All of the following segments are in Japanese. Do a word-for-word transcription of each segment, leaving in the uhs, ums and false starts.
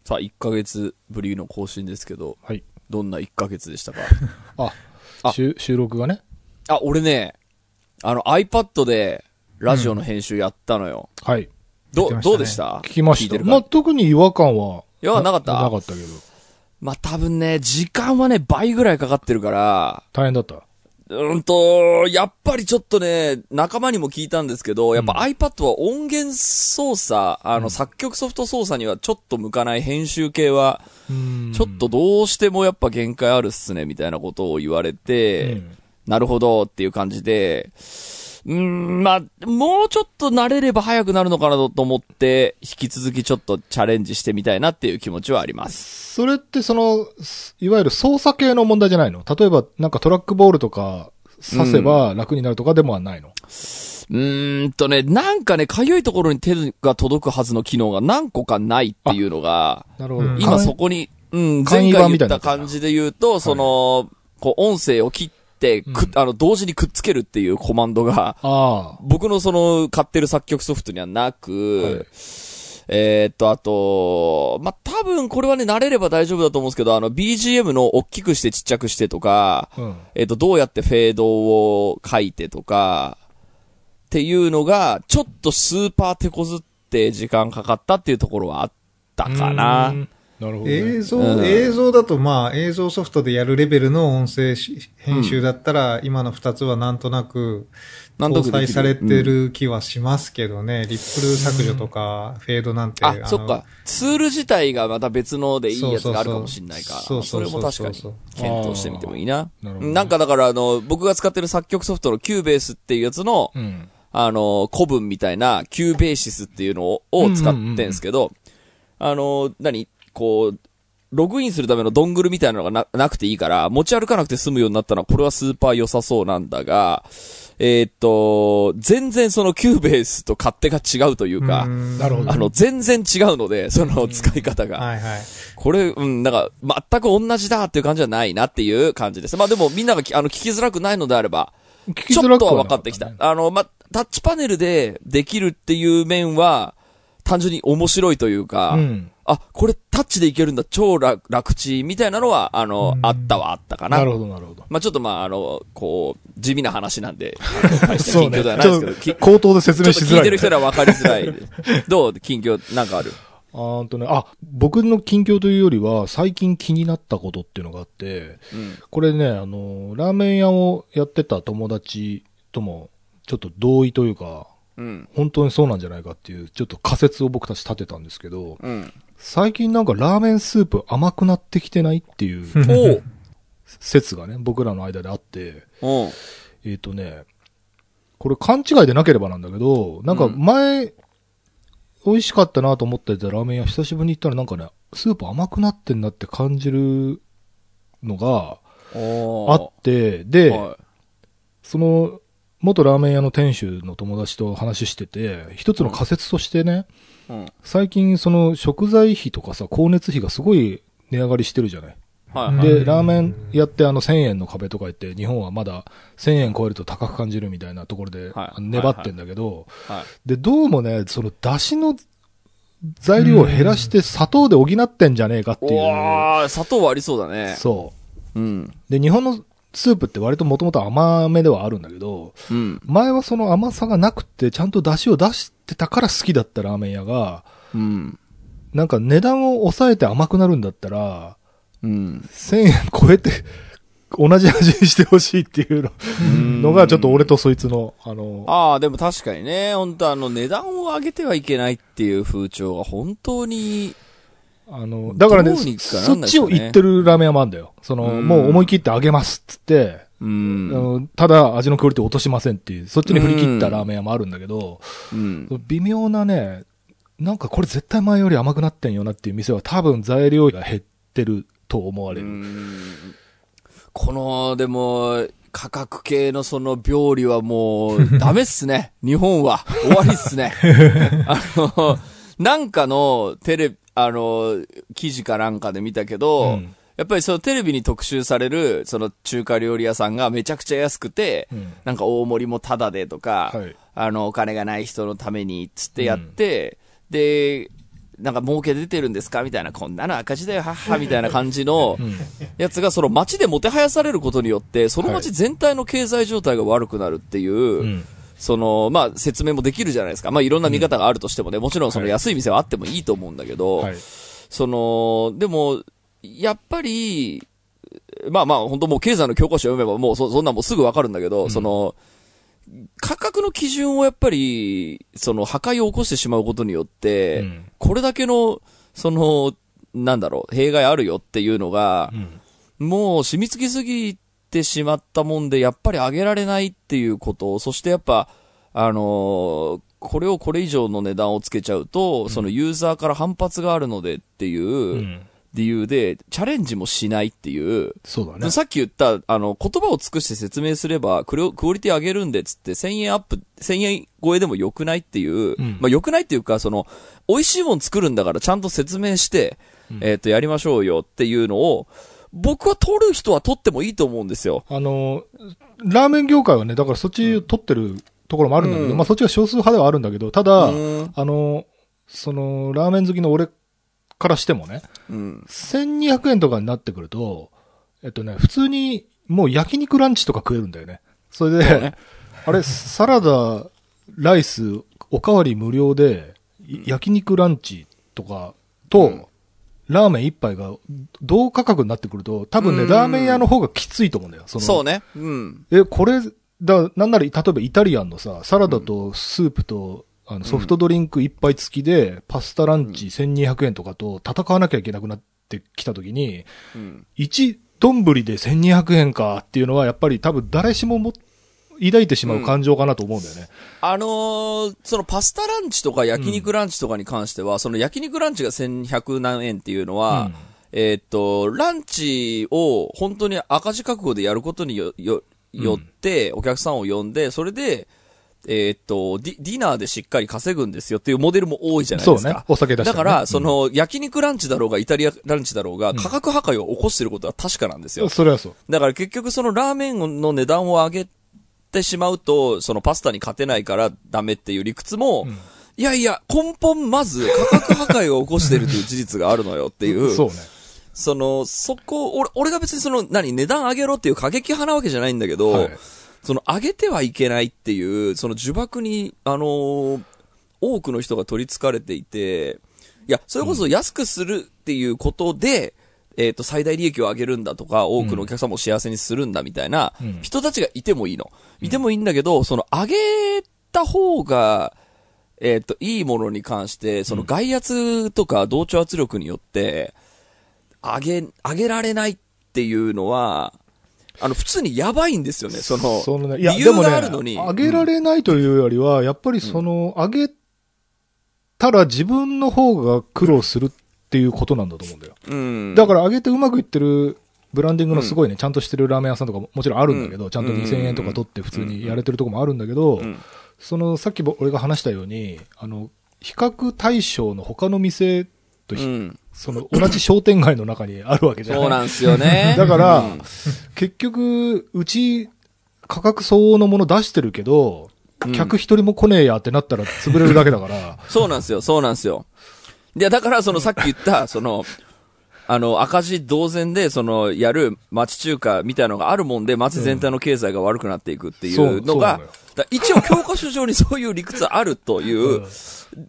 さあ、いっかげつぶりの更新ですけど、 はい。 どんないっかげつでしたか？ あ、 あ収収録がね。 あ、俺ね、あの iPad でラジオの編集やったのよ。 はい。 ど、 ねどうでした？ 聞きました。 聞いてるかまあ、特に違和感は。 違和感なかったなかったけど。 まあ、多分ね、時間はね、倍ぐらいかかってるから、 大変だった。 うんと、やっぱりちょっとね、仲間にも聞いたんですけど、やっぱ iPad は音源操作、あの、 うん、 作曲ソフト操作にはちょっと向かない編集系は、 うんちょっとどうしてもやっぱ限界あるっすね、みたいなことを言われて、 うん、 なるほどっていう感じで、うーん、まあ、もうちょっと慣れれば早くなるのかなと思って、引き続きちょっとチャレンジしてみたいなっていう気持ちはあります。 それってその、いわゆる操作系の問題じゃないの？例えば、なんかトラックボールとか刺せば楽になるとかでもはないの？ うーんとね、なんかね、かゆいところに手が届くはずの機能が何個かないっていうのが、 なるほど。 今そこに、うん、 簡易前回言版みたいなった感じで言うと、その、こう、音声を切って、く、 うんあの、同時にくっつけるっていうコマンドが、 ああ。 僕のその、買ってる作曲ソフトにはなく、 はい、 えーっと、あと、まあ、多分これはね、慣れれば大丈夫だと思うんですけど、あの、ビージーエム の大きくしてちっちゃくしてとか、 うん、 えーっと、どうやってフェードを書いてとか、っていうのが、ちょっとスーパー手こずって時間かかったっていうところはあったかな。 なるほど、ね。 映像、 うん、 映像だとまあ映像ソフトでやるレベルの音声編集だったら、今の二つはなんとなく搭載されてる気はしますけどね。リップル削除とかフェードなんて。 あ、そっか。ツール自体がまた別のでいいやつがあるかもしれないから。そうそうそう。それも確かに検討してみてもいいな。な, ね、なんかだからあの、僕が使ってる作曲ソフトのキューベースっていうやつの、うん、あの、古文みたいなキューベーシスっていうのをを使ってんすけど、うんうんうん、あの、何こう、ログインするためのドングルみたいなのが な, なくていいから、持ち歩かなくて済むようになったのは、これはスーパー良さそうなんだが、えー、っと、全然そのキューベースと勝手が違うというか、 なるほど。 あの、全然違うので、その使い方が。 はいはい。 これ、うん、なんか、全く同じだっていう感じじゃないなっていう感じです。まあでも、みんながあの聞きづらくないのであれば、ちょっとは分かってきた。あの、まあ、タッチパネルでできるっていう面は、単純に面白いというか、うん、あ、これタッチでいけるんだ、超 楽, 楽ちみたいなのは、あの、あったはあったかな。 なるほど、なるほど。 まあちょっとまあ、あの、こう、地味な話なんで、大した近況ではないですけど、 口頭で説明しづらい、ね。 ちょっと聞いてる人には分かりづらい。どう近況、なんかある？ あーとね、あ、僕の近況というよりは、最近気になったことっていうのがあって、うん、これね、あの、ラーメン屋をやってた友達とも、ちょっと同意というか、うん、本当にそうなんじゃないかっていう、ちょっと仮説を僕たち立てたんですけど、うん、最近なんかラーメンスープ甘くなってきてないっていう説がね、僕らの間であって、えっとね、これ勘違いでなければなんだけど、なんか前、うん、美味しかったなと思ってたラーメン屋久しぶりに行ったらなんかね、スープ甘くなってんなって感じるのがあって、で、はい、その、元ラーメン屋の店主の友達と話してて、一つの仮説としてね、うんうん、最近その食材費とかさ、光熱費がすごい値上がりしてるじゃない。はいはい、で、ラーメン屋ってあのせんえんの壁とか言って、日本はまだせんえん超えると高く感じるみたいなところで粘ってんだけど、はいはいはい、で、どうもね、その出汁の材料を減らして砂糖で補ってんじゃねえかっていう。 ああ、砂糖はありそうだね。 そう。うん。で、日本のスープって割ともともと甘めではあるんだけど、うん、前はその甘さがなくてちゃんと出汁を出してたから好きだったラーメン屋が、うん、なんか値段を抑えて甘くなるんだったら、うん、せんえん超えて同じ味にしてほしいっていう の, のがちょっと俺とそいつの、あの、 ああ、でも確かにね、本当あの値段を上げてはいけないっていう風潮が本当に、 あの、だからね、そっちを言ってるラーメン屋もあるんだよ。その、うもう思い切ってあげますっつって、うんあのただ味のクオリティ落としませんっていう、そっちに振り切ったラーメン屋もあるんだけど、うん、微妙なね、なんかこれ絶対前より甘くなってんよなっていう店は多分材料が減ってると思われる。うんこの、でも、価格系のその料理はもうダメっすね。日本は。終わりっすね。あの、なんかのテレビ、あの、記事かなんかで見たけど、うん、やっぱりそのテレビに特集される、その中華料理屋さんがめちゃくちゃ安くて、うん、なんか大盛りもタダでとか、はい、あの、お金がない人のために、つってやって、うん、で、 なんか儲け出てるんですかみたいな、こんなの赤字だよ、はっは、みたいな感じのやつが、その街でもてはやされることによって、その街全体の経済状態が悪くなるっていう、はい、その、まあ、説明もできるじゃないですか。まあ、いろんな見方があるとしてもね、もちろんその安い店はあってもいいと思うんだけど、はい、その、でも、やっぱり、まあまあ、本当もう経済の教科書を読めばもうそ、そんなもうすぐわかるんだけど、うん、その、価格の基準をやっぱり、その破壊を起こしてしまうことによって、うん、これだけの、その、なんだろう、弊害あるよっていうのが、うん、もう染み付きすぎてしまったもんで、やっぱり上げられないっていうこと、そしてやっぱ、あのー、これをこれ以上の値段をつけちゃうと、うん、そのユーザーから反発があるのでっていう、うん理由で、チャレンジもしないっていう。 そうだね。 さっき言った、あの、言葉を尽くして説明すれば、クオリティ上げるんでつってせんえんアップ、せんえん超えでも良くないっていう、うん、まあ良くないっていうか、その、美味しいもん作るんだからちゃんと説明して、うん、えっと、やりましょうよっていうのを、僕は取る人は取ってもいいと思うんですよ。 あの、ラーメン業界はね、だからそっち取ってるところもあるんだけど、うん、まあそっちが少数派ではあるんだけど、ただ、うん、あの、その、ラーメン好きの俺、からしてもね、うん、せんにひゃくえんとかになってくると、えっとね、普通にもう焼肉ランチとか食えるんだよね。それで、ね、あれ、サラダ、ライス、おかわり無料で、焼肉ランチとかと、うん、ラーメン一杯が同価格になってくると、多分ね、ラーメン屋の方がきついと思うんだよ。そのそうね。うん。 え、これ、だ、なんなら、例えばイタリアンのさ、サラダとスープと、あのソフトドリンク一杯付きで、パスタランチせんにひゃくえんとかと戦わなきゃいけなくなってきたときに、うん、いち丼でせんにひゃくえんかっていうのは、やっぱり多分誰しもも抱いてしまう感情かなと思うんだよね。うん、 あのー、そのパスタランチとか焼肉ランチとかに関しては、うん、その焼肉ランチがせんひゃくなんえんっていうのは、うん、えー、っと、ランチを本当に赤字覚悟でやることによ、よ、よって、お客さんを呼んで、それで、えー、っとディ、ディナーでしっかり稼ぐんですよっていうモデルも多いじゃないですか。 そうね。お酒出して、ね。 だから、その、焼肉ランチだろうが、イタリアランチだろうが、価格破壊を起こしてることは確かなんですよ。 うん、それはそう。 だから結局そのラーメンの値段を上げてしまうと、そのパスタに勝てないからダメっていう理屈も、うん、いやいや、根本まず価格破壊を起こしてるという事実があるのよっていう。 そうね。 その、そこ、俺、俺が別にその、何、値段上げろっていう過激派なわけじゃないんだけど、はい、その上げてはいけないっていう、その呪縛に、あのー、多くの人が取り憑かれていて、いや、それこそ安くするっていうことで、うん、えっと、最大利益を上げるんだとか、多くのお客様を幸せにするんだみたいな人たちがいてもいいの。うん、いてもいいんだけど、その上げた方が、えっと、いいものに関して、その外圧とか同調圧力によって、上げ、上げられないっていうのは、あの、普通にやばいんですよね、その、そのね、いや理由があるのに。 でもね、上げられないというよりは、やっぱりその、上げたら自分の方が苦労するっていうことなんだと思うんだよ。うん。だから上げてうまくいってる、ブランディングのすごいね、うん、ちゃんとしてるラーメン屋さんとかももちろんあるんだけど、うん、ちゃんとにせんえんとか取って普通にやれてるとこもあるんだけど、うん、その、さっき俺が話したように、あの、比較対象の他の店と、うん、その同じ商店街の中にあるわけじゃない。 そうなんですよね。 だから、うん、結局、うち価格相応のもの出してるけど、うん、客一人も来ねえやってなったら潰れるだけだから。 そうなんですよ、そうなんですよ。いや、だからそのさっき言った、その、あの、赤字同然で、その、やる町中華みたいなのがあるもんで、町全体の経済が悪くなっていくっていうのが、うん、一応教科書上にそういう理屈あるという、うん、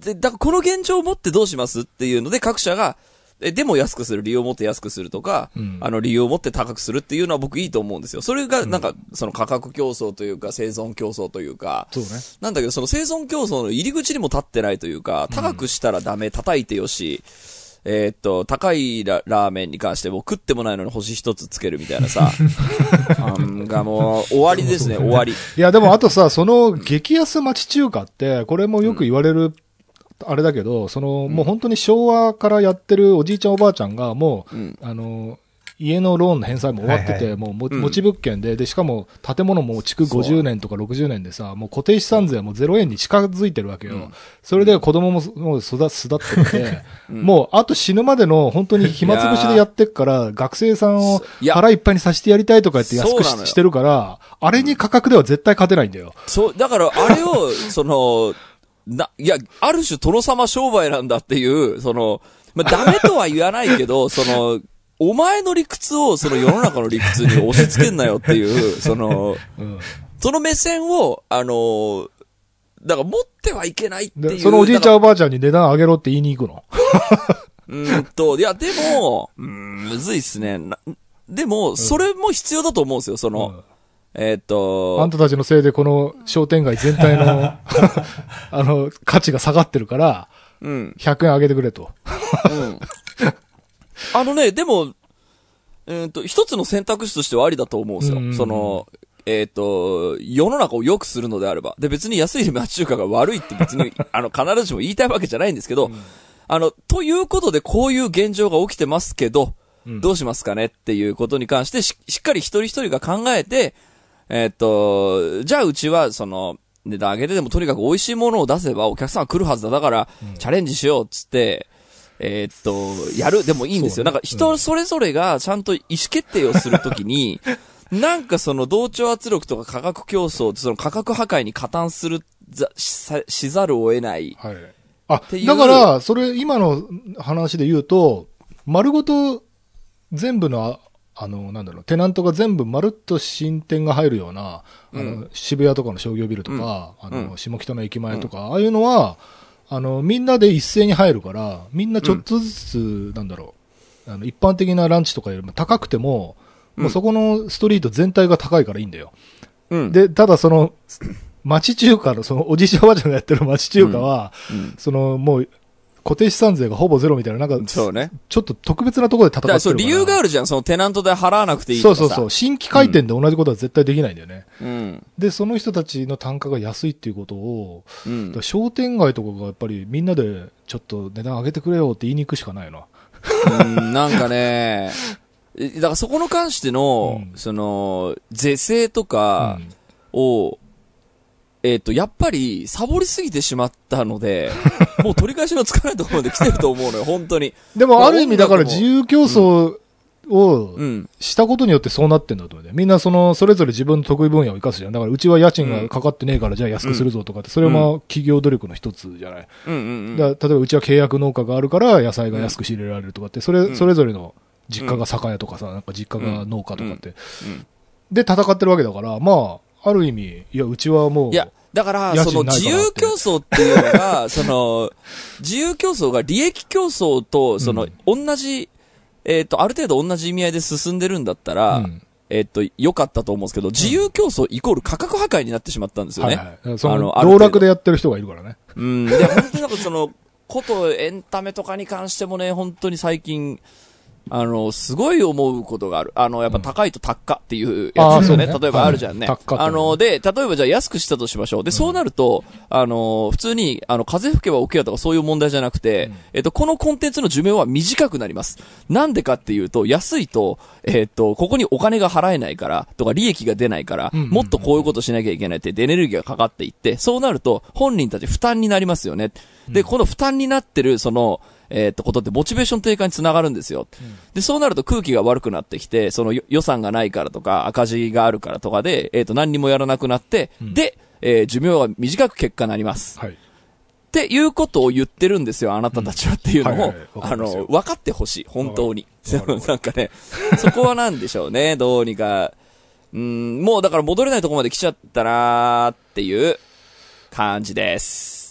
で、だからこの現状をもってどうしますっていうので、各社が、え、でも安くする、理由を持って安くするとか、うん、あの、理由を持って高くするっていうのは僕いいと思うんですよ。それが、なんか、その価格競争というか、生存競争というか、 そうね。 なんだけど、その生存競争の入り口にも立ってないというか、高くしたらダメ、叩いてよし、えー、っと、高い ラ, ラーメンに関しても食ってもないのに星一つつけるみたいなさ、あがもう終わりですね、終わり。 いや、でもあとさ、その激安町中華って、これもよく言われる、うんあれだけど、その、うん、もう本当に昭和からやってるおじいちゃんおばあちゃんがもう、うん、あの、家のローンの返済も終わってて、はいはい、もうも、うん、持ち物件で、で、しかも建物も築ごじゅうねんとかろくじゅうねんでさ、もう固定資産税はもうゼロえんに近づいてるわけよ。うん、それで子供ももう育、育ってて、うん、もうあと死ぬまでの本当に暇つぶしでやってっから、学生さんを腹いっぱいにさせてやりたいとか言って安く し, してるから、あれに価格では絶対勝てないんだよ。 そう、だからあれを、その、 な、いや、ある種殿様商売なんだっていう、その、まあ、ダメとは言わないけど、その、お前の理屈をその世の中の理屈に押し付けんなよっていう、その、うん、その目線を、あの、だから持ってはいけないっていう。 そのおじいちゃんおばあちゃんに値段上げろって言いに行くのうんと、いや、でも、うん、むずいっすね。でも、それも必要だと思うんですよ、その、うんえー、っと。 あんたたちのせいでこの商店街全体の、あの、価値が下がってるから、うん。ひゃくえん上げてくれと。うん。 あのね、でも、えー、っと、一つの選択肢としてはありだと思うんですよ。うんうんうん、その、えー、っと、世の中を良くするのであれば。で、別に安い町中華が悪いって別に、あの、必ずしも言いたいわけじゃないんですけど、うん、あの、ということでこういう現状が起きてますけど、うん、どうしますかねっていうことに関してし、しっかり一人一人が考えて、えー、っと、じゃあうちは、その、値段上げてでもとにかく美味しいものを出せばお客さんは来るはずだ。だから、うん、チャレンジしようっつって、えー、っと、やる。でもいいんですよ。なんか人それぞれがちゃんと意思決定をするときに、なんかその同調圧力とか価格競争、その価格破壊に加担するざ、し、しざるを得ない。はい。 あ、だから、それ今の話で言うと、丸ごと全部の、あの、なんだろう、テナントが全部まるっと新店が入るような、うん、あの、渋谷とかの商業ビルとか、うん、あの、下北の駅前とか、うん、ああいうのは、あの、みんなで一斉に入るから、みんなちょっとずつ、うん、なんだろう、あの、一般的なランチとかよりも高くても、うん、もうそこのストリート全体が高いからいいんだよ。うん、で、ただその、町中華の、その、おじいちゃんおばあちゃんがやってる町中華は、うんうん、その、もう、固定資産税がほぼゼロみたいな、なんか、そうね。ちょっと特別なところで戦ってるから。だからそう、 理由があるじゃん。そのテナントで払わなくていいとかさ。 そうそうそう。新規開店で同じことは絶対できないんだよね。うん。で、その人たちの単価が安いっていうことを、うん。商店街とかがやっぱりみんなで、ちょっと値段上げてくれよって言いに行くしかないよな。うん、なんかね、だからそこの関しての、うん、その、是正とかを、うんえっ、ー、と、やっぱり、サボりすぎてしまったので、もう取り返しのつかないところまで来てると思うのよ、本当に。 でも、ある意味だから自由競争をしたことによってそうなってんだと思うね。みんなその、それぞれ自分の得意分野を生かすじゃん。だから、うちは家賃がかかってねえから、じゃあ安くするぞとかって、それも企業努力の一つじゃない。うんうんうん、だ例えば、うちは契約農家があるから、野菜が安く仕入れられるとかって、それ、それぞれの実家が酒屋とかさ、なんか実家が農家とかって。で、戦ってるわけだから、まあ、ある意味、いや、うちはもう。 いや、だから、その自由競争っていうのが、その、自由競争が利益競争と、その、同じ、えっと、ある程度同じ意味合いで進んでるんだったら、うん、えっと、良かったと思うんですけど、自由競争イコール価格破壊になってしまったんですよね。はいはい、 その、道楽でやってる人がいるからね。 うん。で、本当になんかその、ことエンタメとかに関してもね、本当に最近、あの、すごい思うことがある。あの、やっぱ高いと高っていうやつですよね。うん、例えばあるじゃんね。はい、あの、で、例えばじゃあ安くしたとしましょう。で、そうなると、あの、普通に、あの、風吹けば起きやとかそういう問題じゃなくて、うん、えっと、このコンテンツの寿命は短くなります。なんでかっていうと、安いと、えっと、ここにお金が払えないから、とか利益が出ないから、うんうんうん、もっとこういうことしなきゃいけないってエネルギーがかかっていって、そうなると、本人たち負担になりますよね。で、この負担になってる、その、えっと、ことってモチベーション低下につながるんですよ。うん、で、そうなると空気が悪くなってきて、その予算がないからとか、赤字があるからとかで、えっと、何にもやらなくなって、うん、で、えー、寿命が短く結果になります。はい。っていうことを言ってるんですよ、あなたたちはっていうのを、うんはいはい、あの、分かってほしい、本当に。なんかね、そこはなんでしょうね、どうにか。うん、もうだから戻れないところまで来ちゃったなーっていう感じです。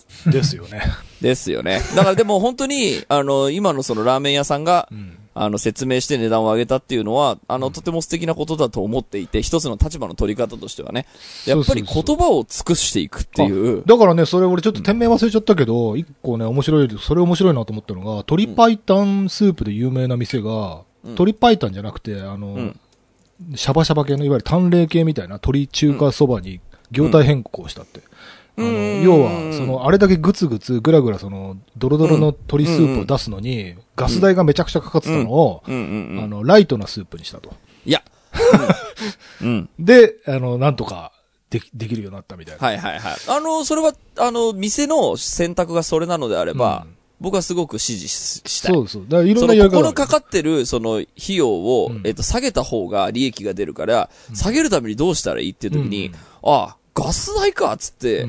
ですよね。 ですよね。だからでも本当に、あの、今のそのラーメン屋さんが、うん、あの、説明して値段を上げたっていうのは、あの、うん、とても素敵なことだと思っていて、一つの立場の取り方としてはね、やっぱり言葉を尽くしていくっていう。そうそうそうだからね、それ俺ちょっと店名忘れちゃったけど、一、うん、個ね、面白い、それ面白いなと思ったのが、鶏白湯スープで有名な店が、うん、鶏白湯じゃなくて、あの、うん、シャバシャバ系の、いわゆる淡麗系みたいな鶏中華そばに業態変更したって。あの要は、その、あれだけグツグツ、ぐらぐら、その、ドロドロの鶏スープを出すのに、ガス代がめちゃくちゃかかってたのを、あの、ライトなスープにしたと。 いや。 うん、で、あの、なんとか、でき、できるようになったみたいな。 はいはいはい。あの、それは、あの、店の選択がそれなのであれば、うん、僕はすごく支持したい。 そうそう。だからいろんなやり方。 ここのかかってる、その、費用を、うん、えっと、下げた方が利益が出るから、うん、下げるためにどうしたらいいっていう時に、うん、ああ、ガス代かっつって、うん、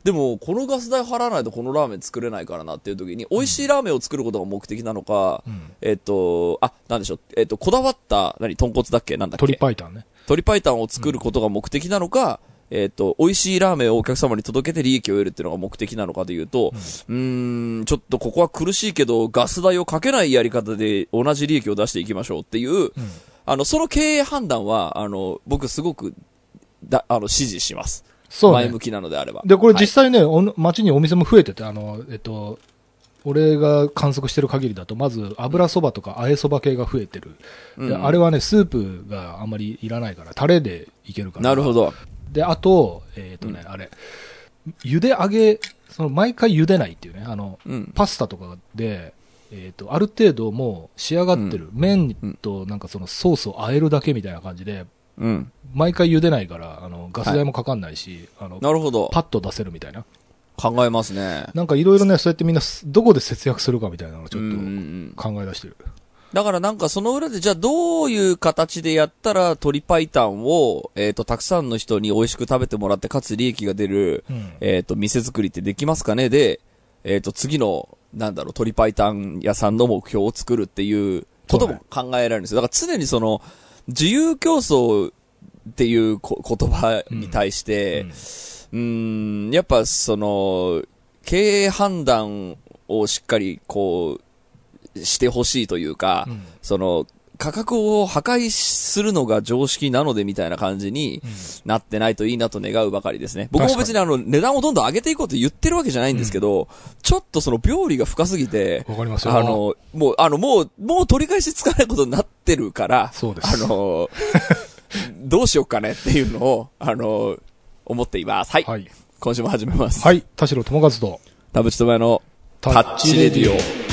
でも、このガス代払わないとこのラーメン作れないからなっていう時に、美味しいラーメンを作ることが目的なのか、うん、えっと、あ、なんでしょう、えっと、こだわった、何、豚骨だっけなんだっけ鶏白湯ね。 鶏白湯を作ることが目的なのか、うん、えっと、美味しいラーメンをお客様に届けて利益を得るっていうのが目的なのかというと、うん、うーん、ちょっとここは苦しいけど、ガス代をかけないやり方で同じ利益を出していきましょうっていう、うん、あの、その経営判断は、あの、僕すごく、だ、あの、支持します。そうね、前向きなのであれば。 で、これ実際ね、はい、街にお店も増えてて、あの、えっと、俺が観測してる限りだと、まず油そばとかあえそば系が増えてる。うん、であれはね、スープがあんまりいらないから、タレでいけるから。 なるほど。 で、あと、えっとね、うん、あれ、茹で揚げ、その毎回茹でないっていうね、あの、うん、パスタとかで、えっと、ある程度もう仕上がってる、うん、麺となんかそのソースを和えるだけみたいな感じで、うん、毎回茹でないから、あの、ガス代もかかんないし、はい、あの、 なるほど。 パッと出せるみたいな。 考えますね。 なんかいろいろね、そうやってみんな、どこで節約するかみたいなのをちょっと考え出してる。 だからなんかその裏で、じゃあどういう形でやったら鶏白湯を、えっと、たくさんの人に美味しく食べてもらって、かつ利益が出る、うん、えっと、店作りってできますかねで、えっと、次の、なんだろう、鶏白湯屋さんの目標を作るっていうことも考えられるんですよ。だから常にその、自由競争っていう言葉に対して、うんうん、うーん、やっぱその、経営判断をしっかりこう、してほしいというか、うん、その、価格を破壊するのが常識なのでみたいな感じになってないといいなと願うばかりですね。僕も別にあの値段をどんどん上げていこうと言ってるわけじゃないんですけど、うん、ちょっとその病理が深すぎて、 わかりますよ。 あの、もう、あの、もう、もう取り返しつかないことになってるから、 そうです。 あの、どうしようかねっていうのを、あの、思っています。はい。はい、今週も始めます。 はい。田代智和と、 田淵智也のタッチレディオ。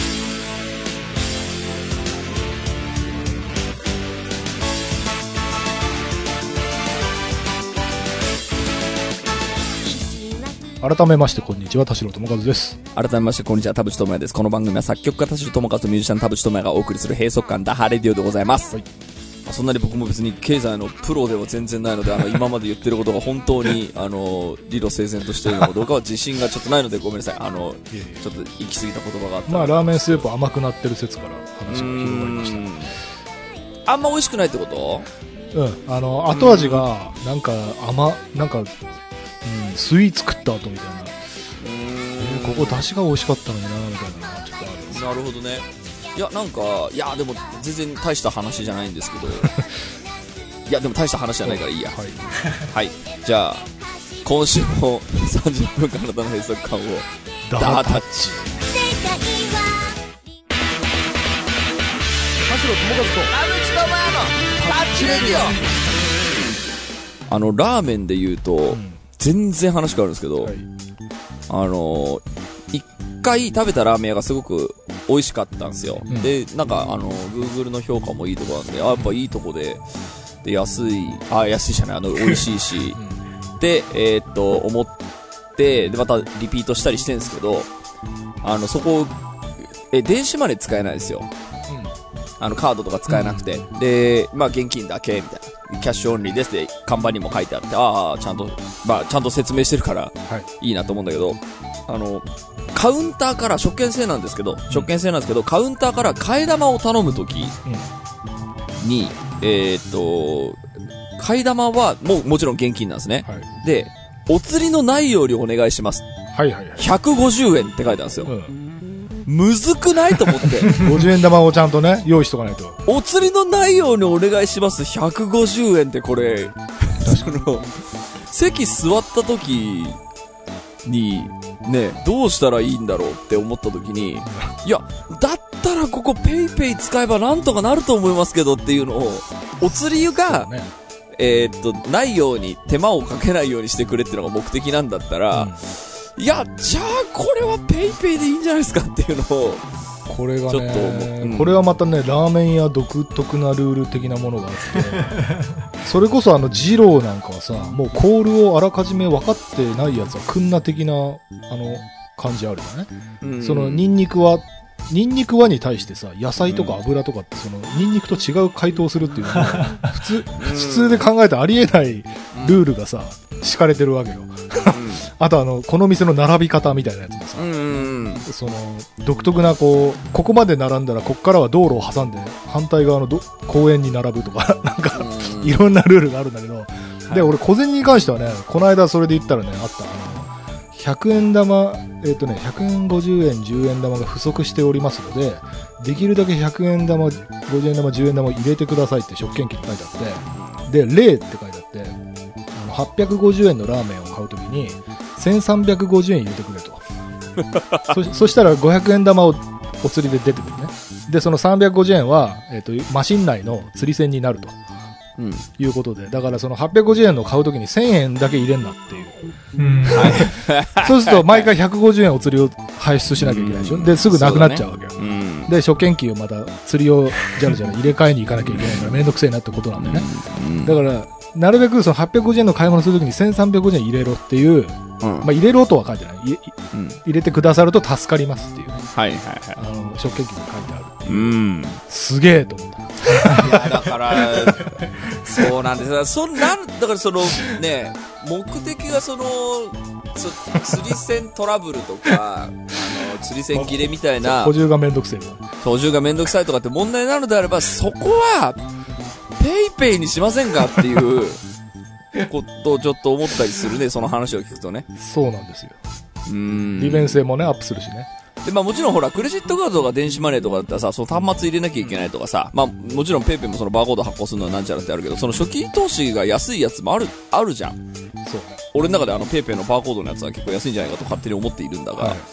改めましてこんにちは、田代智和です。 改めましてこんにちは、田淵智也です。この番組は作曲家田代智和とミュージシャン田淵智也がお送りする閉塞感ダハレディオでございます。はい、そんなに僕も別に経済のプロでは全然ないので、あの今まで言ってることが本当にあの理路整然としているのかどうかは自信がちょっとないのでごめんなさい。あのちょっと行き過ぎた言葉があった。 まあラーメンスープ甘くなってる説から話が広がりました。 あんま美味しくないってこと？ うん、あの後味がなんか甘なんか、うん、スイーツ食った後みたいな。えー、ここ出汁が美味しかったのになみたいなのがちょっとある。 なるほどね。いやなんかいやでも全然大した話じゃないんですけどいやでも大した話じゃないからいいや。はい、はい、じゃあ今週もさんじゅっぷんかんの閉塞感をダータッチ。田代智和の田淵智也のタッチレディオ。あのラーメンで言うと、うん、全然話変わるんですけど、はい、あの一回食べたラーメン屋がすごく美味しかったんですよ、うん、でなんかあの Google の評価もいいとこなんで、あやっぱいいとこで、で安いあ安いじゃないあの美味しいし、うん、でえー、っと思ってでまたリピートしたりしてるんですけど、あのそこえ電子マネー使えないですよ、うん、あのカードとか使えなくて、うん、でまあ現金だけみたいな、キャッシュオンリーですで看板にも書いてあって、ああちゃんとまあちゃんと説明してるからいいなと思うんだけど、はい、あのカウンターから食券制なんですけど、食券制なんですけど、カウンターから替え玉を頼むときに、うん、えー、っと、替え玉はもうもちろん現金なんですね。はい、で、お釣りのないようにお願いします。 はいはいはい。 ひゃくごじゅうえんって書いてあるんですよ。うん、むずくないと思って。 ごじゅうえん玉をちゃんとね、用意しとかないと。 お釣りのないようにお願いします。ひゃくごじゅうえんってこれ、その、席座ったときに、ね、どうしたらいいんだろうって思った時に、いやだったらここペイペイ使えばなんとかなると思いますけどっていうのを、お釣りが、ね、えー、っとないように手間をかけないようにしてくれっていうのが目的なんだったら、うん、いやじゃあこれはペイペイでいいんじゃないですかっていうのを、 これがね、うん、これはまたねラーメン屋独特なルール的なものがあってそれこそあの二郎なんかはさ、もうコールをあらかじめ分かってないやつはくんな的なあの感じあるよね、うん、そのニンニクはニンニクはに対してさ、野菜とか油とかってそのニンニクと違う回答するっていうのは普通普通で考えてありえないルールがさ敷かれてるわけよあとあの、この店の並び方みたいなやつもさ、 うんうん、 その、独特なこう、ここまで並んだらこっからは道路を挟んで反対側のど公園に並ぶとか、なんか、いろんなルールがあるんだけど、はい、で、俺小銭に関してはね、この間それで言ったらね、あった、あの、ひゃくえん玉、えっとね、ひゃくえん、ごじゅうえん、じゅうえん玉が不足しておりますので、できるだけひゃくえん玉、ごじゅうえん玉、じゅうえん玉を入れてくださいって食券機に書いてあって、で、零って書いてあって、あのはっぴゃくごじゅうえんのラーメンを買うときに、せんさんびゃくごじゅうえん入れてくれと。そ, そしたらごひゃくえん玉をお釣りで出てくるね。で、そのさんびゃくごじゅうえんは、えっと、マシン内の釣り銭になると。うん、いうことで、だからそのはっぴゃくごじゅうえんの買うときにせんえんだけ入れんなっていう。うん、そうすると毎回ひゃくごじゅうえんお釣りを排出しなきゃいけないでしょ。で、すぐなくなっちゃうわけよ。うん、で、食券機をまた釣りをじゃらじゃら入れ替えに行かなきゃいけないからめんどくせえなってことなんだよね。うん、だから、なるべくそのはっぴゃくごじゅうえんの買い物するときにせんさんびゃくごじゅうえん入れろっていう、うん、まあ入れろとは書いてない。いうん、入れてくださると助かりますっていう、ね。はいはいはい。あの、食券機に書いてあるっていう。うん、すげえと思った。 いやだからそうなんですよ。そんなんだからそのね目的がそのそ釣り銭トラブルとかあの釣り銭切れみたいな補充がめんどくせえ補充がめんどくさいとかって問題なのであればそこはペイペイにしませんかっていうことをちょっと思ったりするねその話を聞くとね。 そうなんですよ。うーん利便性もねアップするしね。 で、まあもちろんほら、クレジットカードとか電子マネーとかだったらさ、その端末入れなきゃいけないとかさ、まあもちろんペイペイもそのバーコード発行するのはなんちゃらってあるけど、その初期投資が安いやつもある、あるじゃん。そう。俺の中であのペイペイのバーコードのやつは結構安いんじゃないかと勝手に思っているんだが、はい、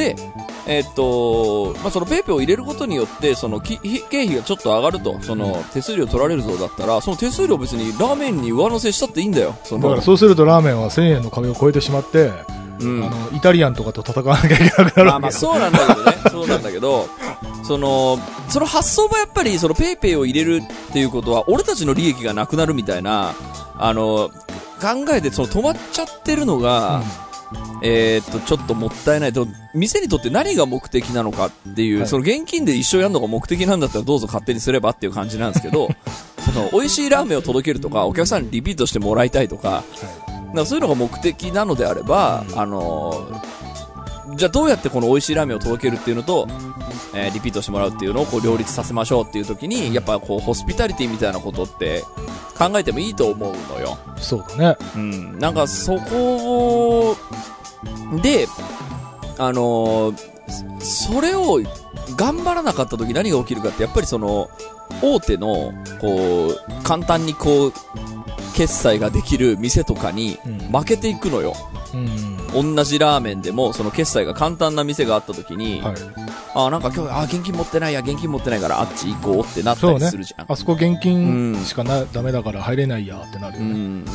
で、えー、っと、まあそのペイペイを入れることによって、その経費がちょっと上がると、その手数料取られるぞだったら、その手数料別にラーメンに上乗せしたっていいんだよ。そのだからそうするとラーメンはせんえんの壁を越えてしまって、うん、あのイタリアンとかと戦わなきゃいけなくなるわけ。まあまあそうなんだけどね。そうなんだけど、そのその発想はやっぱりそのペイペイを入れるっていうことは俺たちの利益がなくなるみたいなあの考えでその止まっちゃってるのが、うん、えー、っとちょっともったいないと店にとって何が目的なのかっていう、はい、その現金で一生やるのが目的なんだったらどうぞ勝手にすればっていう感じなんですけどその美味しいラーメンを届けるとかお客さんにリピートしてもらいたいとか、はい、なんかそういうのが目的なのであれば、うん、あのじゃあどうやってこの美味しいラーメンを届けるっていうのと、えー、リピートしてもらうっていうのをこう両立させましょうっていう時にやっぱこうホスピタリティみたいなことって考えてもいいと思うのよ。 そうだね。 うん。なんかそこであのー、それを頑張らなかった時何が起きるかってやっぱりその大手のこう簡単にこう決済ができる店とかに負けていくのよ。うん、同じラーメンでもその決済が簡単な店があった時に、はい、あなんか今日あ現金持ってないや現金持ってないからあっち行こうってなったりするじゃん。 ね、あそこ現金しかな、うん、ダメだから入れないやってなるよね。うん、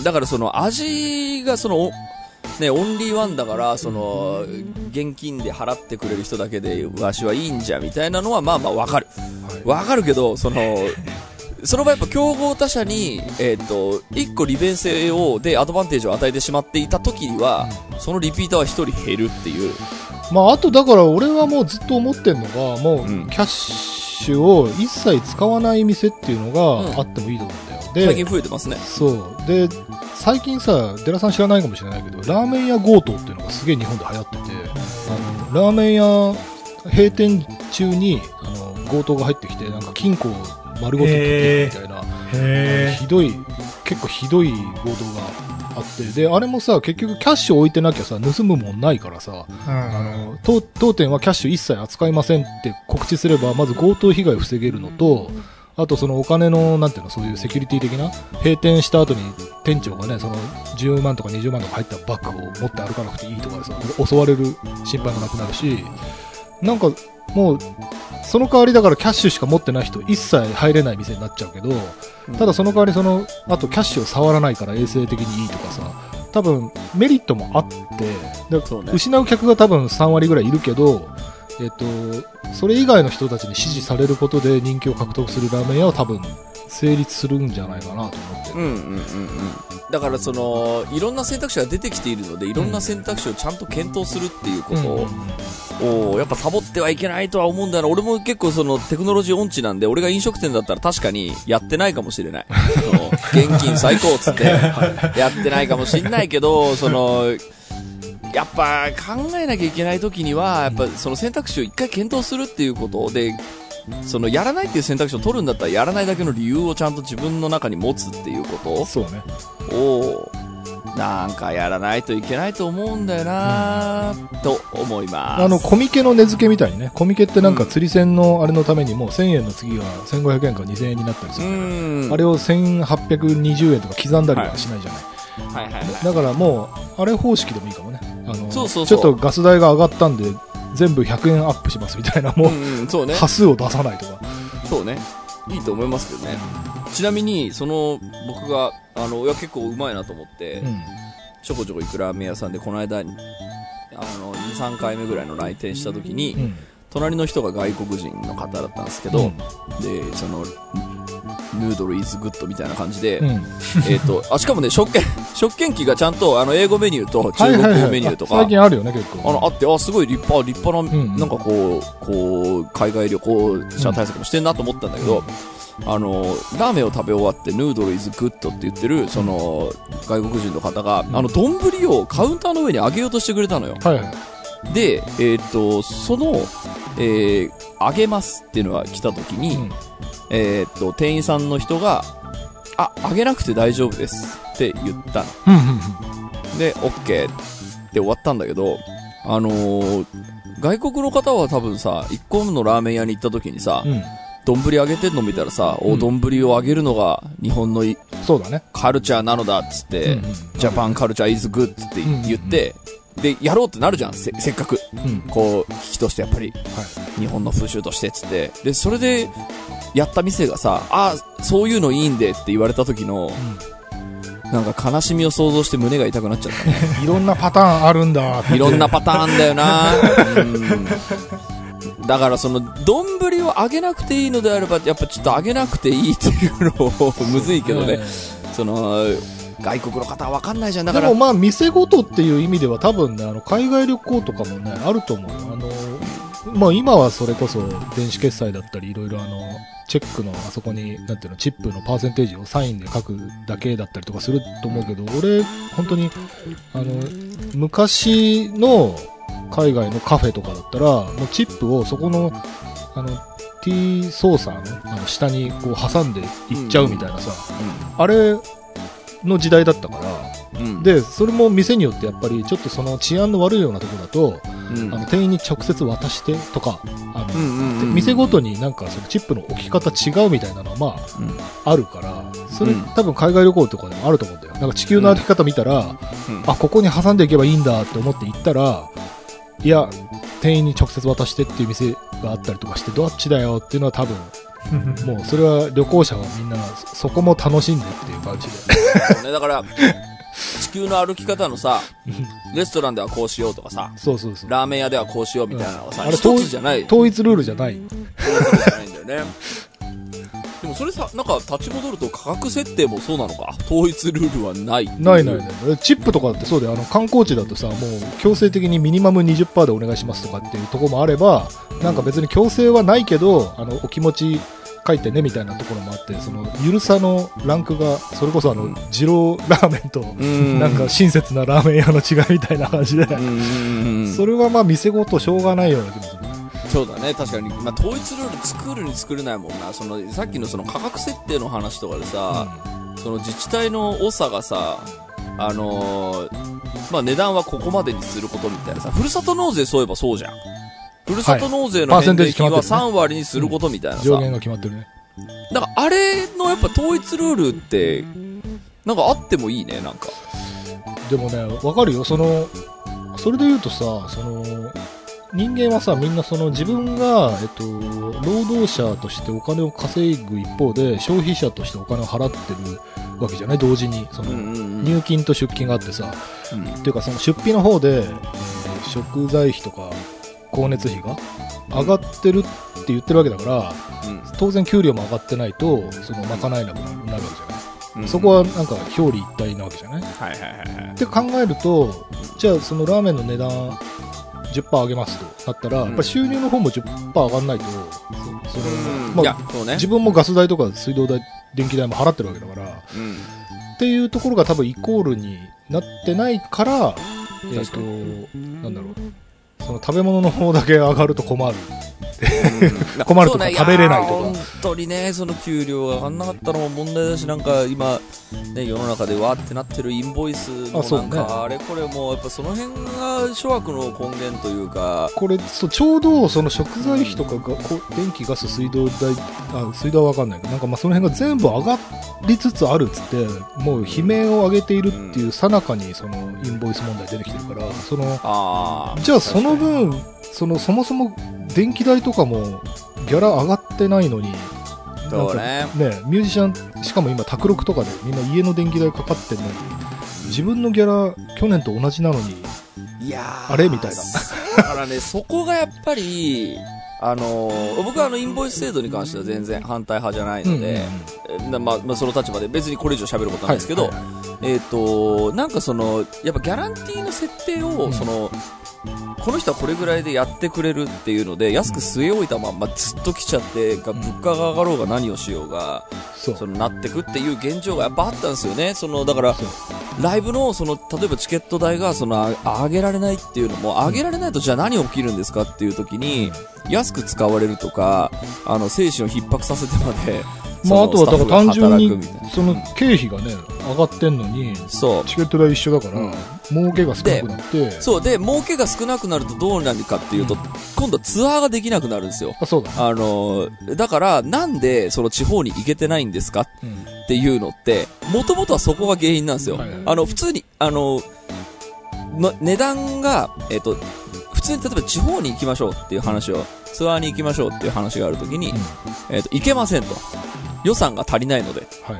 だからその味がそのねオンリーワンだからその現金で払ってくれる人だけでわしはいいんじゃみたいなのはまあまあわかるわ、はい、かるけどそのその場合やっぱ競合他社に、えっと、一個利便性を、で、アドバンテージを与えてしまっていた時には、そのリピーターは一人減るっていう。 まあ、あとだから俺はもうずっと思ってんのが、もう、キャッシュを一切使わない店っていうのがあってもいいと思うんだよ。うん、で、 最近増えてますね。 そう。で、最近さ、デラさん知らないかもしれないけど、ラーメン屋強盗っていうのがすげえ日本で流行ってて、あの、ラーメン屋閉店中に、あの、強盗が入ってきて、なんか金庫を丸ごと取ってみたいな、へひどい結構ひどい強盗があって、であれもさ結局キャッシュ置いてなきゃさ盗むもんないからさ、うん、あの 当, 当店はキャッシュ一切扱いませんって告知すればまず強盗被害を防げるのと、あとそのお金のなんていうのそういうセキュリティ的な閉店した後に店長がねそのじゅうまんとかにじゅうまんとか入ったバッグを持って歩かなくていいとかでさ襲われる心配もなくなるし、なんかもうその代わりだからキャッシュしか持ってない人一切入れない店になっちゃうけど、ただその代わりそのあとキャッシュを触らないから衛生的にいいとかさ多分メリットもあってで、そうね、失う客が多分さんわりぐらいいるけど、えっと、それ以外の人たちに支持されることで人気を獲得するラーメン屋は多分成立するんじゃないかなと思ってる。うんうんうんうん。 だからそのいろんな選択肢が出てきているのでいろんな選択肢をちゃんと検討するっていうことをやっぱサボってはいけないとは思うんだよな。俺も結構そのテクノロジー音痴なんで俺が飲食店だったら確かにやってないかもしれない。その現金最高っつってやってないかもしれないけどそのやっぱ考えなきゃいけない時には、やっぱその選択肢を一回検討するっていうことで、そのやらないっていう選択肢を取るんだったらやらないだけの理由をちゃんと自分の中に持つっていうことそうね。 をなんかやらないといけないと思うんだよな、うん、と思います。 あのコミケの値付けみたいにね、コミケってなんか釣り銭のあれのためにもうせんえんの次がせんごひゃくえんかにせんえんになったりするから、うん、あれをせんはっぴゃくにじゅうえんとか刻んだりはしないじゃない、はいはいはいはい、だからもうあれ方式でもいいかもね。あのそうそうそう、ちょっとガス代が上がったんで全部ひゃくえんアップしますみたいな、もう、うんうん、そうね、端数を出さないとか。 そうね、いいと思いますけどね。ちなみにその僕があのいや結構うまいなと思って、うん、ちょこちょこ行くラーメン屋さんでこの間あの に,さん 回目ぐらいの来店した時に、うん、隣の人が外国人の方だったんですけど、うん、でそのヌードルイズグッドみたいな感じで、うん、えっとあしかもね食券食券機がちゃんとあの英語メニューと中国語メニューとか、 はいはいはい、最近あるよね結構あのあってあすごい立派立派な、うんうん、なんかこうこう海外旅行者対策もしてんなと思ったんだけど。うん、あのラーメンを食べ終わってヌードルイズグッドって言ってるその外国人の方が、うん、あの丼をカウンターの上に上げようとしてくれたのよ、はいはい、で、えー、っとその、えー、上げますっていうのが来た時に、うん、えー、っと店員さんの人があ上げなくて大丈夫ですって言ったの、うんうん、で OK って終わったんだけど、あのー、外国の方は多分さいっこのラーメン屋に行った時にさ、うん丼上げてんの見たらさ、うん、お丼を上げるのが日本のそうだねカルチャーなのだっつって、うんうん、ジャパンカルチャーイズグッドって言って、うんうん、でやろうってなるじゃん せ, せっかく、うん、こう危機としてやっぱり、はい、日本の風習としてっつってでそれでやった店がさあそういうのいいんでって言われた時の、うん、なんか悲しみを想像して胸が痛くなっちゃったねいろんなパターンあるんだっていろんなパターンだよな、うんだからその丼を上げなくていいのであればやっぱちょっと上げなくていいっていうのをむずいけどね、その外国の方は分かんないじゃん。だからでもまあ店ごとっていう意味では多分ねあの海外旅行とかもねあると思うよ。あのまあ今はそれこそ電子決済だったりいろいろあのチェックのあそこになんていうのチップのパーセンテージをサインで書くだけだったりとかすると思うけど、俺本当にあの昔の海外のカフェとかだったらもうチップをそこのあの T ソーサー の, あの下にこう挟んでいっちゃうみたいなさ、うんうん、あれの時代だったから、うん、でそれも店によってやっぱりちょっとその治安の悪いようなところだと、うん、あの店員に直接渡してとかあの、うんうんうん、店ごとになんかそのチップの置き方違うみたいなのはまあ、うん、あるからそれ、うん、多分海外旅行とかでもあると思うんだよ。なんか地球の歩き方見たら、うん、あここに挟んでいけばいいんだって思って行ったらいや店員に直接渡してっていう店があったりとかしてどっちだよっていうのは多分もうそれは旅行者はみんなそこも楽しんでっていう感じでそうね、だから地球の歩き方のさレストランではこうしようとかさそうそうそうラーメン屋ではこうしようみたいなのがさ、 うん、 一つじゃない統一ルールじゃない統一ルールじゃないんだよねでもそれさなんか立ち戻ると価格設定もそうなのか統一ルールはないないないないチップとかだってそうであの観光地だとさもう強制的にミニマム にじゅっパーセント でお願いしますとかっていうところもあればなんか別に強制はないけどあのお気持ち書いてねみたいなところもあってそのゆるさのランクがそれこそあの、うん、二郎ラーメンとなんか親切なラーメン屋の違いみたいな感じでそれはまあ店ごとしょうがないような気もする。 そうだね確かに、まあ、統一ルール作るに作れないもんな。そのさっきのその価格設定の話とかでさ、うん、その自治体の長がさあのー、まあ値段はここまでにすることみたいなさふるさと納税そういえばそうじゃん。ふるさと納税の返礼金はさん割にすることみたいなさ、 上限が決まってるね。 だからあれのやっぱ統一ルールってなんかあってもいいね。なんかでもねわかるよ。そのそれで言うとさその人間はさみんなその自分が、えっと、労働者としてお金を稼ぐ一方で消費者としてお金を払ってるわけじゃない同時にその入金と出金があってさ、うん、っていうかその出費の方で、えー、食材費とか光熱費が上がってるって言ってるわけだから、うん、当然給料も上がってないとその賄えなくなるわけじゃない、うん、そこはなんか表裏一体なわけじゃない、はいはいはいはい、って考えるとじゃあそのラーメンの値段じゅっパーセント 上げますとなったら、うん、やっぱり収入の方も じゅっパーセント 上がんないと、そそのまあそうね、自分もガス代とか水道代電気代も払ってるわけだから、うん、っていうところが多分イコールになってないからえっと、なんだろう。その食べ物の方だけ上がると困る。うん、困るとか、ね、食べれないとか。 本当にね、その給料が上がんなかったのも問題だし、なんか今、ね、世の中でわーってなってるインボイスのなんか、あ, あれこれもやっぱその辺が諸悪の根源というか。 これ、そうちょうどその食材費とかが、こう電気、ガス、水道代、あ、水道はわかんないけど、なんかまあその辺が全部上がりつつあるっつって、もう悲鳴を上げているっていう最中にそのインボイス問題出てきてるから、その、あじゃあその分、そのそもそも電気代とかもギャラ上がってないのに、 そうね、 ね、ミュージシャンしかも今宅録とかでみんな家の電気代かかってるのに、自分のギャラ去年と同じなのに、 いやあれみたいな。 だからね、そこがやっぱりあのー、僕はあのインボイス制度に関しては全然反対派じゃないので、うんうんまあまあ、その立場で別にこれ以上喋ることはないですけど、はいはいはい、えっとなんかそのやっぱギャランティーの設定を、うん、そのこの人はこれぐらいでやってくれるっていうので安く据え置いたまんまずっと来ちゃってが物価が上がろうが何をしようがそのなってくっていう現状がやっぱあったんですよね。そのだからライブのその例えばチケット代がその上げられないっていうのも上げられないとじゃあ何起きるんですかっていう時に安く使われるとかあの精神を逼迫させてまでまあ、あとはだから単純にその経費がね上がってんのにそうチケット代一緒だから、うん、儲けが少なくなってそうで儲けが少なくなるとどうなるかっていうと、うん、今度はツアーができなくなるんですよ。 あそうだ、ね、 あのだからなんでその地方に行けてないんですか、うん、っていうのってもともとはそこが原因なんですよ、はいはい、あの普通にあのの値段がえっと普通に例えば地方に行きましょうっていう話をツアーに行きましょうっていう話があるときに、うんえっと行けませんと予算が足りないので、はい、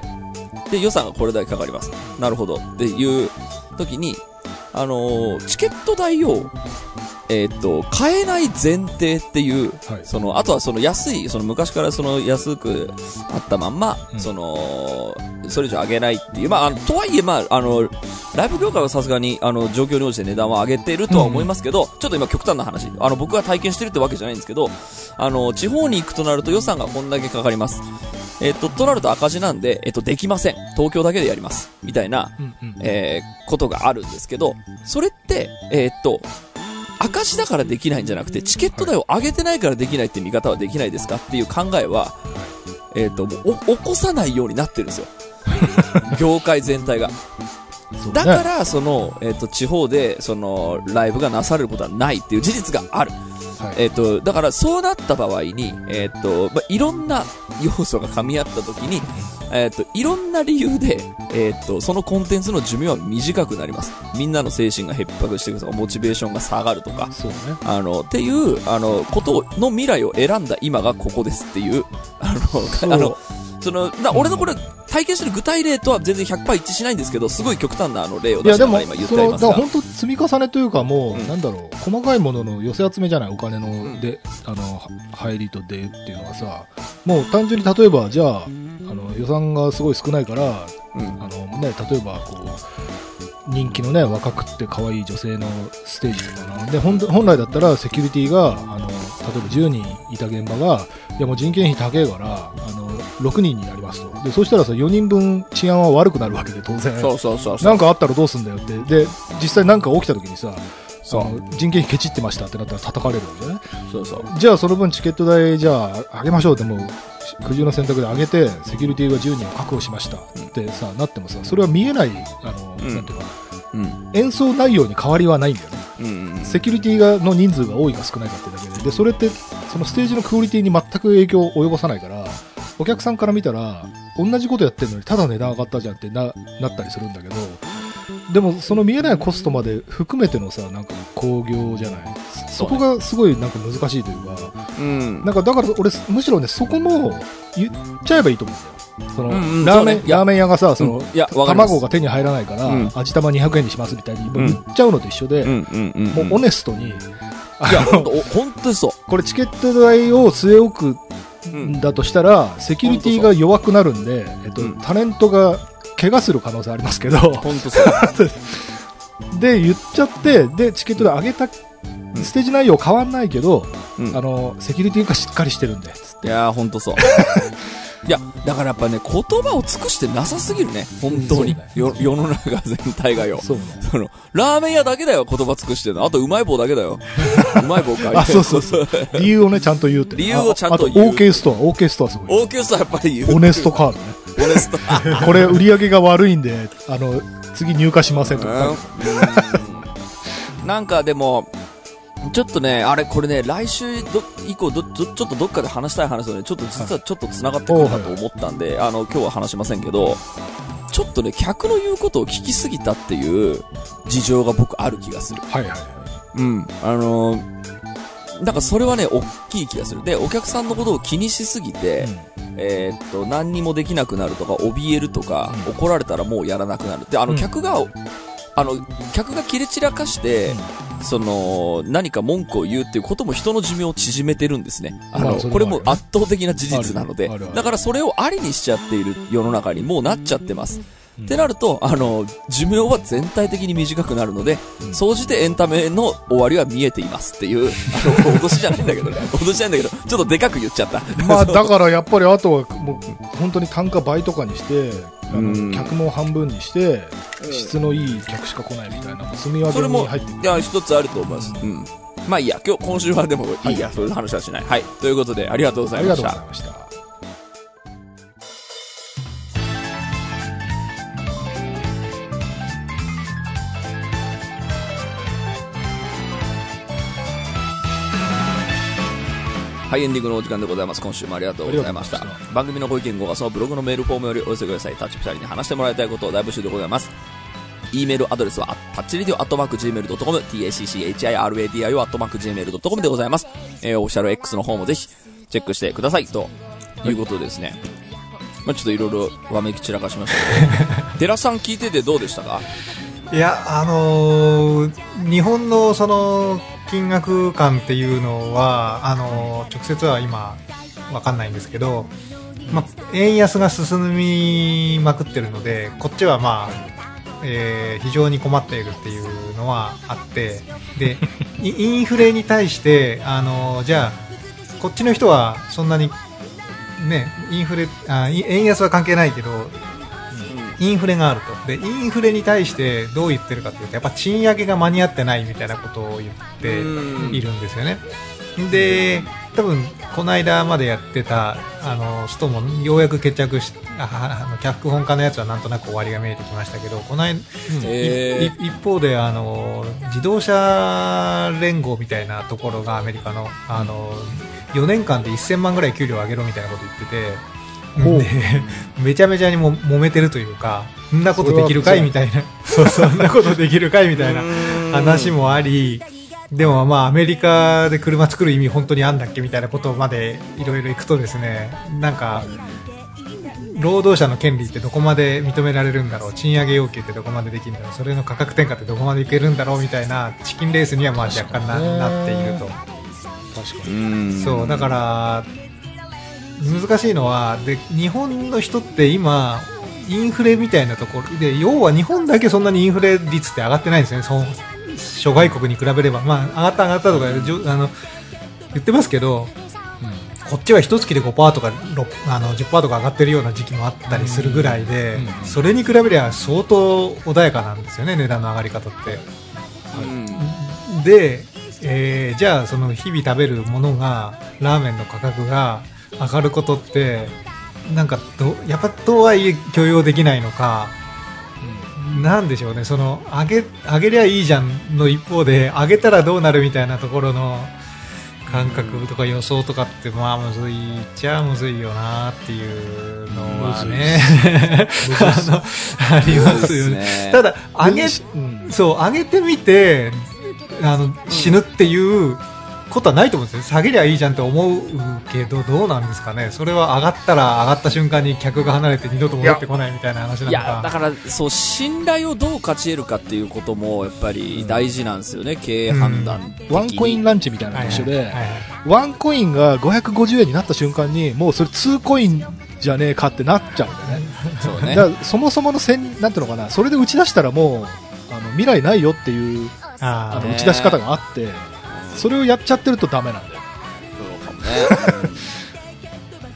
で予算がこれだけかかります。なるほどっていう時に、あのー、チケット代をえー、っと買えない前提っていう、はい、そのあとはその安いその昔からその安くあったまんま、うん、そのそれ以上上げないっていうまああのとはいえまああのライブ業界はさすがにあの状況に応じて値段は上げてるとは思いますけど、うん、ちょっと今極端な話あの僕が体験してるってわけじゃないんですけどあの地方に行くとなると予算がこんだけかかります。えっと、となると赤字なんで、えっと、できません。東京だけでやります。みたいな、うんうんえー、ことがあるんですけど、それって、えー、っと、赤字だからできないんじゃなくて、チケット代を上げてないからできないって見方はできないですかっていう考えは、えー、っと、もう起こさないようになってるんですよ。業界全体が。だから、その、えー、っと、地方で、その、ライブがなされることはないっていう事実がある。はいえー、とだからそうなった場合に、えーとまあ、いろんな要素が噛み合った時に、えー、といろんな理由で、えー、とそのコンテンツの寿命は短くなります。みんなの精神が逼迫していくとかモチベーションが下がるとかそう、ね、 あのっていうあのことの未来を選んだ今がここですっていうあのあのそのな俺のこれ体験してる具体例とは全然 ひゃくパーセント 一致しないんですけどすごい極端なあの例を出しながら今言ってありますが、いやでもそのだから本当積み重ねというかもう、うん、なんだろう細かいものの寄せ集めじゃないお金ので、うん、あの入りと出っていうのはさもう単純に例えばじゃあ、あの予算がすごい少ないから、うん、あのね例えばこう人気のね若くって可愛い女性のステージとかなで本来だったらセキュリティがあの例えばじゅうにんいた現場がいやもう人件費高いからあのろくにんになりますとでそうしたらさよにんぶん治安は悪くなるわけで当然そうそうそうそうなんかあったらどうすんだよってで実際なんか起きた時にさそうあの人件費ケチってましたってなったら叩かれるわけじゃないそうそうじゃあその分チケット代じゃあ上げましょうってもう苦渋の選択で上げてセキュリティがじゅうにんを確保しましたってさ、うん、なってもさそれは見えないあの、うん、なんていうか、うん、演奏内容に変わりはないんだよね、うんうんうん、セキュリティがの人数が多いか少ないかってだけででそれってそのステージのクオリティに全く影響を及ぼさないからお客さんから見たら同じことやってるのにただ値段上がったじゃんって な, なったりするんだけどでもその見えないコストまで含めてのさなんか興行じゃないそこがすごいなんか難しいというか、うん、なんかだから俺むしろねそこも言っちゃえばいいと思うんだよその、うんうん、ラーメン、ね、ラーメン屋がさその、うん、いや卵が手に入らないから、うん、味玉にひゃくえんにしますみたいに言っちゃうのと一緒で、うん、もうオネストにいや本当にそうこれチケット代を据え置くだとしたら、うん、セキュリティが弱くなるんで、えっとうん、タレントが怪我する可能性ありますけど本当そうで言っちゃってでチケットで上げた、うん、ステージ内容変わんないけど、うん、あのセキュリティがしっかりしてるんでいやー本当そういや、だからやっぱね、言葉を尽くしてなさすぎるね。本当に。ね、よ世の中全体がよ。そうね。その、ラーメン屋だけだよ、言葉尽くしてるの。あと、うまい棒だけだよ。うまい棒か。 あ、そうそうそう。理由をね、ちゃんと言うって。 理由をちゃんと言う。 あと、OK ストア、OK ストアすごい。 OK ストアやっぱり言う。 オネストカードね。 オネスト。 これ、売り上げが悪いんで、あの、次入荷しませんとか。 なんかでも、ちょっとね、あれ、これね、来週ど以降ど、ちょっとどっかで話したい話とね、ちょっと実はちょっと繋がってくるかと思ったんで、あの、今日は話しませんけど、ちょっとね、客の言うことを聞きすぎたっていう事情が僕ある気がする。 はいはいはい。 うん。あのー、なんかそれはね、大きい気がする。で、お客さんのことを気にしすぎて、うん、えー、っと、何にもできなくなるとか、怯えるとか、うん、怒られたらもうやらなくなる。で、あの、客が、うん、あの、客が切れ散らかして、うん、その、何か文句を言うっていうことも人の寿命を縮めてるんですね。あの、まあ、これも圧倒的な事実なので、だからそれをありにしちゃっている世の中にもうなっちゃってます。うん、ってなると、あの、寿命は全体的に短くなるので、総じてエンタメの終わりは見えていますっていう、あの、脅しじゃないんだけどね。脅しじゃないんだけど、ちょっとでかく言っちゃった。 まあ、だからやっぱりあとは、もう、本当に単価倍とかにして、あの、客も半分にして、質のいい客しか来ないみたいな、住み分けに入ってる。 いや、一つあると思います。うん。まあいいや、今日、今週はでもいいや、はい、そういう話はしない。はい。ということで、ありがとうございました。ありがとうございました。はい、エンディングのお時間でございます。今週もありがとうございました。番組のご意見ご感想はブログのメールフォームよりお寄せください。タッチピタリに話してもらいたいことを大募集でございます。E メールアドレスはタッチレディオアットマーク ジーメールドットコム タッチレディオアットマーク ジーメールドットコム でございます。えー、オフィシャル X の方もぜひチェックしてくださいということですね。まあちょっといろいろわめき散らかしましたけど、寺さん聞いててどうでしたか？ いや、あのー、日本のその金額感っていうのはあのー、直接は今わかんないんですけど、まあ、円安が進みまくってるので、こっちはまあえー、非常に困っているっていうのはあって、でインフレに対してあのじゃあこっちの人はそんなにね、インフレあ円安は関係ないけど、うん、インフレがあると。でインフレに対してどう言ってるかというと、やっぱ賃上げが間に合ってないみたいなことを言っているんですよね。で多分この間までやってたあのストもようやく決着し、あの脚本家のやつはなんとなく終わりが見えてきましたけど、この間、うんえー、一方であの自動車連合みたいなところがアメリカの、あのよねんかんでせんまんぐらい給料を上げろみたいなこと言ってて、でめちゃめちゃにも揉めてるというか、そんなことできるかいみたいなそうそんなことできるかいみたいな話もあり、でもまあアメリカで車作る意味本当にあんだっけみたいなことまでいろいろいくとですね、なんか労働者の権利ってどこまで認められるんだろう、賃上げ要求ってどこまでできるんだろう、それの価格転嫁ってどこまでいけるんだろうみたいなチキンレースにはまあ若干 な, なっていると。確かにそうだから難しいのは、で日本の人って今インフレみたいなところで、要は日本だけそんなにインフレ率って上がってないんですよね。そう諸外国に比べれば、まあ、上がった上がったとかあの言ってますけど、うん、こっちは一月で ごパーセント とかあの じゅっパーセント とか上がってるような時期もあったりするぐらいで、うんうん、それに比べれば相当穏やかなんですよね、値段の上がり方って、うん、で、えー、じゃあその日々食べるものがラーメンの価格が上がることってなんかどやっぱとはいえ許容できないのか、なんでしょうね、その上げ、上げりゃいいじゃんの一方で上げたらどうなるみたいなところの感覚とか予想とかってまあむずいっちゃむずいよなっていうのはねあのありますよね。ただ上げ、うん、そう上げてみてあの死ぬっていうことはないと思うんですよ。下げりゃいいじゃんと思うけどどうなんですかね。それは上がったら上がった瞬間に客が離れて二度と戻ってこないみたいな話なのか。いやだからそう信頼をどう勝ち得るかっていうこともやっぱり大事なんですよね、うん、経営判断的に、 うん、ワンコインランチみたいなのと一緒で、はいはいはい、ワンコインがごひゃくごじゅうえんになった瞬間にもうそれツーコインじゃねえかってなっちゃうんだよね。そうね。だからそもそものせんなんていうのかな、それで打ち出したらもうあの未来ないよっていうあの打ち出し方があって、それをやっちゃってるとダメなんだよ。 そうかもね。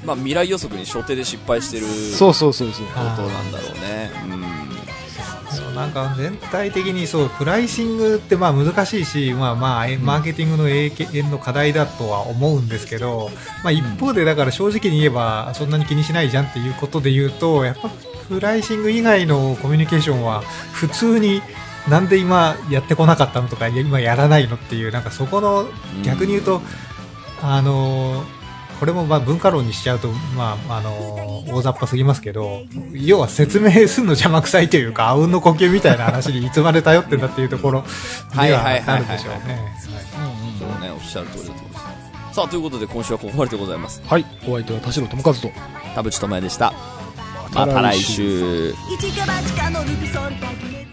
まあ未来予測に初手で失敗してるそうそうそうそうことなんだろうね。 うん、そうなんか全体的にそうプライシングってまあ難しいし、まあまあマーケティングの永遠の課題だとは思うんですけど、まあ一方でだから正直に言えばそんなに気にしないじゃんっていうことで言うと、やっぱプライシング以外のコミュニケーションは普通になんで今やってこなかったのとか今やらないのっていう、なんかそこの逆に言うと、あのこれもまあ文化論にしちゃうと、まああの大雑把すぎますけど、要は説明するの邪魔くさいというか、あうんの呼吸みたいな話にいつまで頼ってんだっていうところにはなるでしょうね。 そうね、おっしゃる通りだと思います。さあ、ということで今週はここまででございます。 はい、お相手は田代智和と田淵智也でした。また来週。 また来週。